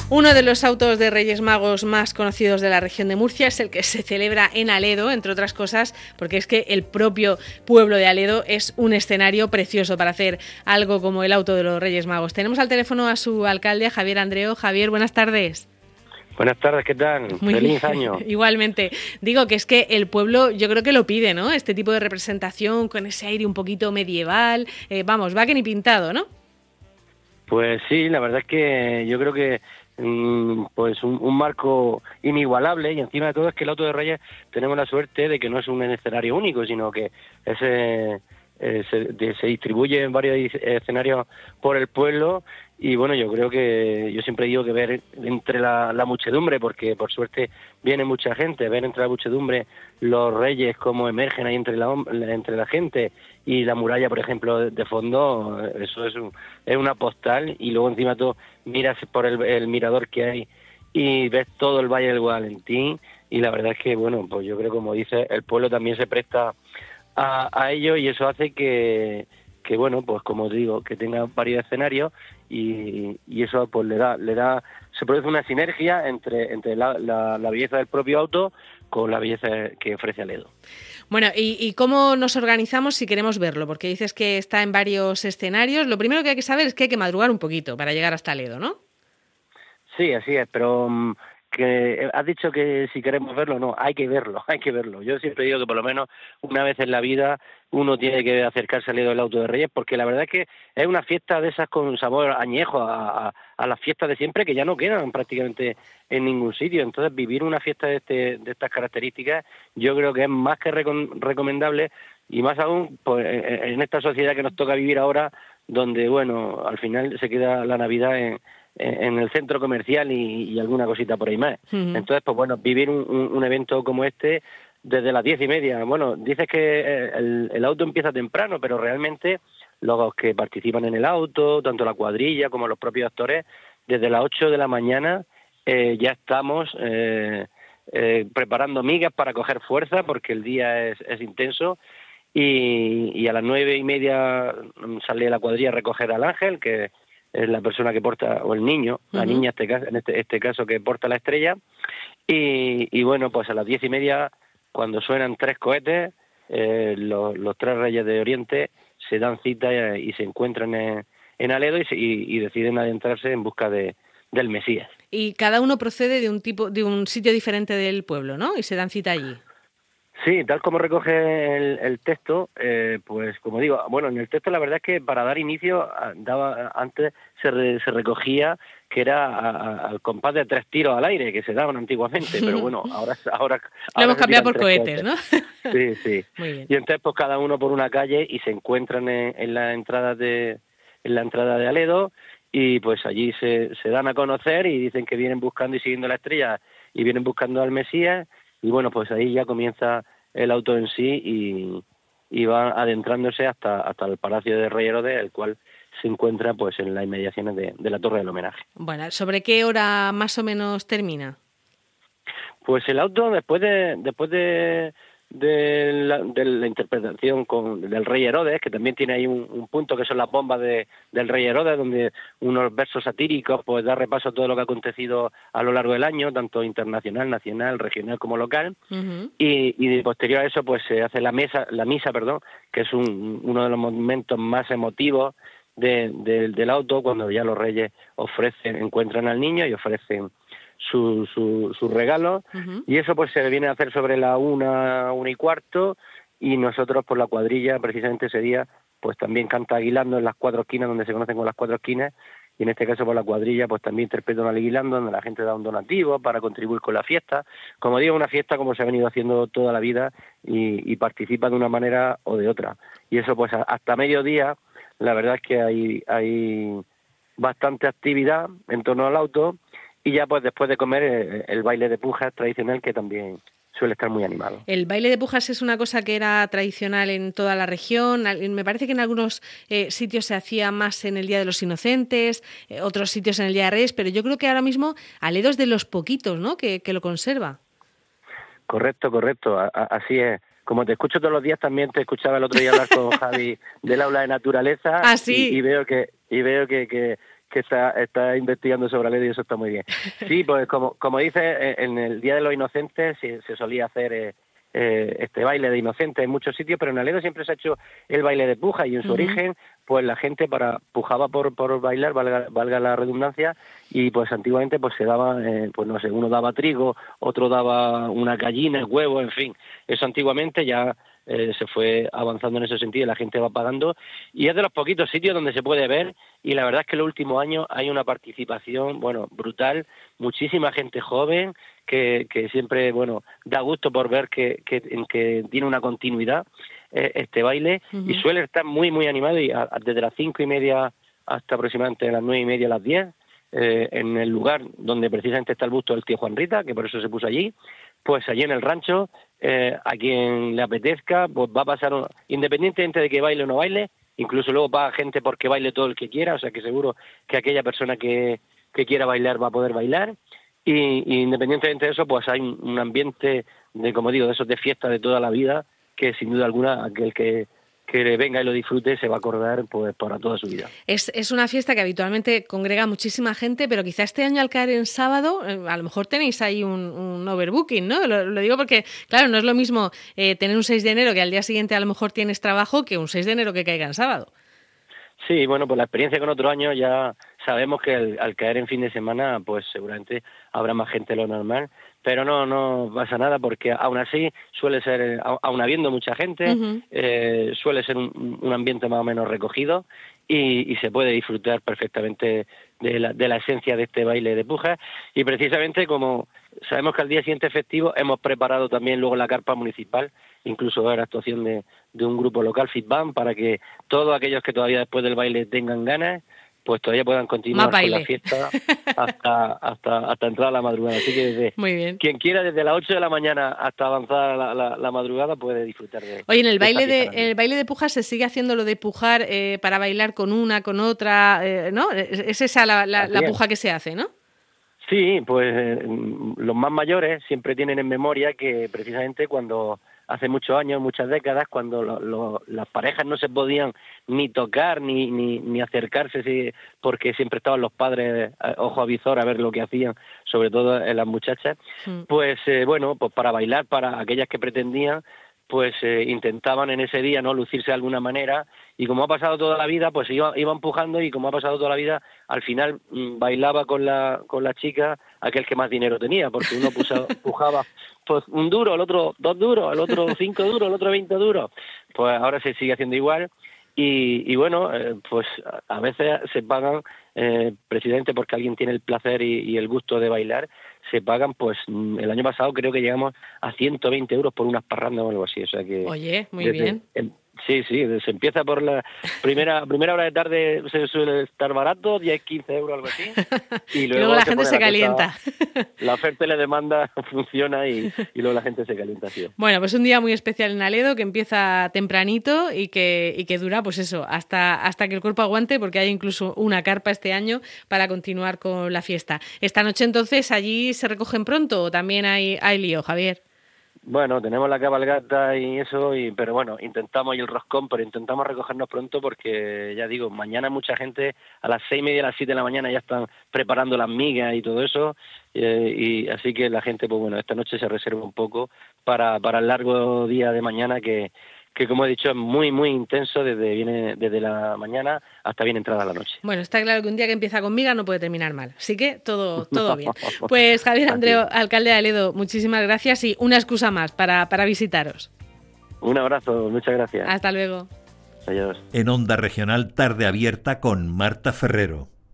Uno de los autos de Reyes Magos más conocidos de la región de Murcia es el que se celebra en Aledo, entre otras cosas, porque es que el propio pueblo de Aledo es un escenario precioso para hacer algo como el auto de los Reyes Magos. Tenemos al teléfono a su alcalde, Javier Andreo. Javier, buenas tardes. Buenas tardes, ¿qué tal? Feliz año. Igualmente. Digo que es que el pueblo yo creo que lo pide, ¿no? Este tipo de representación con ese aire un poquito medieval. Vamos, va que ni pintado, ¿no? Pues sí, la verdad es que yo creo que pues un marco inigualable, y encima de todo es que el Auto de Reyes tenemos la suerte de que no es un escenario único, sino que se distribuye en varios escenarios por el pueblo. Y bueno, yo creo que yo siempre digo que ver entre la muchedumbre, porque por suerte viene mucha gente, ver entre la muchedumbre los reyes cómo emergen ahí entre la gente, y la muralla, por ejemplo, de fondo, eso es una postal. Y luego encima todo miras por el mirador que hay y ves todo el Valle del Guadalentín, y la verdad es que, bueno, pues yo creo, como dice, el pueblo también se presta a ello, y eso hace que bueno, pues como digo, que tenga varios escenarios, y eso pues le da se produce una sinergia entre la belleza del propio auto con la belleza que ofrece Aledo. Bueno, ¿y cómo nos organizamos si queremos verlo? Porque dices que está en varios escenarios. Lo primero que hay que saber es que hay que madrugar un poquito para llegar hasta Aledo, ¿no? Sí, así es, pero que has dicho que si queremos verlo, no, hay que verlo. Yo siempre digo que por lo menos una vez en la vida uno tiene que acercarse al Aledo del Auto de Reyes, porque la verdad es que es una fiesta de esas con sabor añejo a las fiestas de siempre, que ya no quedan prácticamente en ningún sitio. Entonces, vivir una fiesta de estas características yo creo que es más que recomendable, y más aún pues en esta sociedad que nos toca vivir ahora, donde, bueno, al final se queda la Navidad en el centro comercial y alguna cosita por ahí más. Uh-huh. Entonces, pues bueno, vivir un evento como este desde las 10:30. Bueno, dices que el auto empieza temprano, pero realmente los que participan en el auto, tanto la cuadrilla como los propios actores, desde las 8 de la mañana ya estamos preparando migas para coger fuerza, porque el día es intenso. Y a las 9:30 sale la cuadrilla a recoger al ángel, que es la persona que porta, o el niño, la niña en este caso, que porta la estrella. Y bueno, pues a las 10:30, cuando suenan 3 cohetes, los 3 reyes de Oriente se dan cita y se encuentran en Aledo, y deciden adentrarse en busca del Mesías. Y cada uno procede de un sitio diferente del pueblo, ¿no? Y se dan cita allí. Sí, tal como recoge el texto, pues como digo, bueno, en el texto la verdad es que para dar inicio antes se recogía que era al compás de 3 tiros al aire que se daban antiguamente, pero bueno, ahora lo hemos cambiado por cohetes, ¿no? Sí. Muy bien. Y entonces pues cada uno por una calle, y se encuentran en la entrada de Aledo, y pues allí se dan a conocer y dicen que vienen buscando y siguiendo la estrella, y vienen buscando al Mesías. Y bueno, pues ahí ya comienza el auto en sí, y va adentrándose hasta el Palacio de Rey Herodes, el cual se encuentra pues en las inmediaciones de la Torre del Homenaje. Bueno, ¿sobre qué hora más o menos termina? Pues el auto, después de la interpretación del Rey Herodes, que también tiene ahí un punto que son las bombas del Rey Herodes, donde unos versos satíricos pues da repaso a todo lo que ha acontecido a lo largo del año, tanto internacional, nacional, regional como local. Uh-huh. Y posterior a eso pues se hace la misa, que es uno de los momentos más emotivos del auto, cuando ya los reyes encuentran al niño y ofrecen su regalo. Uh-huh. Y eso pues se viene a hacer sobre la 1:15, y nosotros por la cuadrilla, precisamente ese día, pues también canta Aguilando en las 4 esquinas, donde se conocen como las 4 esquinas, y en este caso por la cuadrilla pues también interpreta un Aguilando, donde la gente da un donativo para contribuir con la fiesta. Como digo, una fiesta como se ha venido haciendo toda la vida, y participa de una manera o de otra. Y eso pues hasta mediodía, la verdad es que hay bastante actividad en torno al auto. Y ya pues después de comer el baile de pujas tradicional, que también suele estar muy animado. El baile de pujas es una cosa que era tradicional en toda la región. Me parece que en algunos sitios se hacía más en el Día de los Inocentes, otros sitios en el Día de Reyes, pero yo creo que ahora mismo Aledo es de los poquitos, ¿no?, que lo conserva. Correcto, así es. Como te escucho todos los días, también te escuchaba el otro día hablar con Javi del aula de naturaleza. ¿Ah, sí? y veo que que está investigando sobre Aledo y eso está muy bien. Sí, pues como dice, en el Día de los Inocentes se solía hacer este baile de inocentes en muchos sitios, pero en Aledo siempre se ha hecho el baile de puja y en su origen pues la gente pujaba por bailar, valga la redundancia, y pues antiguamente pues se daba, pues no sé, uno daba trigo, otro daba una gallina, huevo, en fin, eso antiguamente ya se fue avanzando en ese sentido y la gente va pagando, y es de los poquitos sitios donde se puede ver, y la verdad es que en los últimos años hay una participación, bueno, brutal, muchísima gente joven que siempre, bueno, da gusto por ver que tiene una continuidad este baile, y suele estar muy, muy animado, y desde las 5:30 hasta aproximadamente las 9:30, las 10, en el lugar donde precisamente está el busto del tío Juan Rita, que por eso se puso allí, pues allí en el rancho, a quien le apetezca, pues va a pasar, independientemente de que baile o no baile, incluso luego paga gente porque baile todo el que quiera, o sea que seguro que aquella persona que quiera bailar va a poder bailar, y independientemente de eso, pues hay un ambiente de, como digo, de esos de fiesta de toda la vida, que sin duda alguna aquel que venga y lo disfrute se va a acordar pues para toda su vida. Es una fiesta que habitualmente congrega muchísima gente, pero quizá este año al caer en sábado, a lo mejor tenéis ahí un overbooking, ¿no? Lo digo porque, claro, no es lo mismo tener un 6 de enero que al día siguiente a lo mejor tienes trabajo que un 6 de enero que caiga en sábado. Sí, bueno, pues la experiencia con otro año ya sabemos que al caer en fin de semana, pues seguramente habrá más gente de lo normal, pero no pasa nada porque aún así suele ser, aún habiendo mucha gente, suele ser un ambiente más o menos recogido y se puede disfrutar perfectamente de la esencia de este baile de puja, y precisamente como sabemos que al día siguiente festivo hemos preparado también luego la carpa municipal, incluso va a haber actuación de un grupo local, Fitband, para que todos aquellos que todavía después del baile tengan ganas, pues todavía puedan continuar con la fiesta hasta entrar a la madrugada. Así que muy bien. Quien quiera desde las 8 de la mañana hasta avanzar la madrugada puede disfrutar de. Oye, en el baile de puja se sigue haciendo lo de pujar para bailar con una, con otra, ¿no? Es esa la puja que se hace, ¿no? Sí, pues los más mayores siempre tienen en memoria que precisamente cuando hace muchos años, muchas décadas, cuando las parejas no se podían ni tocar ni acercarse, sí, porque siempre estaban los padres ojo a visor a ver lo que hacían, sobre todo en las muchachas, pues bueno, pues para bailar, para aquellas que pretendían, pues intentaban en ese día no lucirse de alguna manera, y como ha pasado toda la vida, pues iba empujando, y como ha pasado toda la vida, al final bailaba con la chica aquel que más dinero tenía, porque uno pujaba pues un duro, el otro 2 duros, el otro 5 duros, el otro 20 duros. Pues ahora se sigue haciendo igual, y bueno, pues a veces se pagan, precisamente porque alguien tiene el placer y el gusto de bailar, se pagan, pues el año pasado creo que llegamos a 120 euros por unas parrandas o algo así, o sea que. Oye, muy bien. Sí, se empieza por la primera hora de tarde, se suele estar barato, 10-15 euros, algo así. Y luego la gente se calienta. La oferta y la demanda funciona y luego la gente se calienta. Sí. Bueno, pues un día muy especial en Aledo, que empieza tempranito y que dura, pues eso, hasta que el cuerpo aguante, porque hay incluso una carpa este año para continuar con la fiesta. Esta noche entonces allí se recogen pronto, ¿o también hay lío, Javier? Bueno, tenemos la cabalgata y eso, pero bueno, intentamos y el roscón, pero intentamos recogernos pronto porque, ya digo, mañana mucha gente a las 6:30, a las 7 de la mañana ya están preparando las migas y todo eso, y así que la gente, pues bueno, esta noche se reserva un poco para el largo día de mañana que como he dicho es muy muy intenso desde la mañana hasta bien entrada la noche. Bueno, está claro que un día que empieza con miga no puede terminar mal, así que todo bien. Pues Javier Andreu, alcalde de Aledo, muchísimas gracias y una excusa más para visitaros. Un abrazo, muchas gracias. Hasta luego. Adiós. En Onda Regional, Tarde Abierta con Marta Ferrero.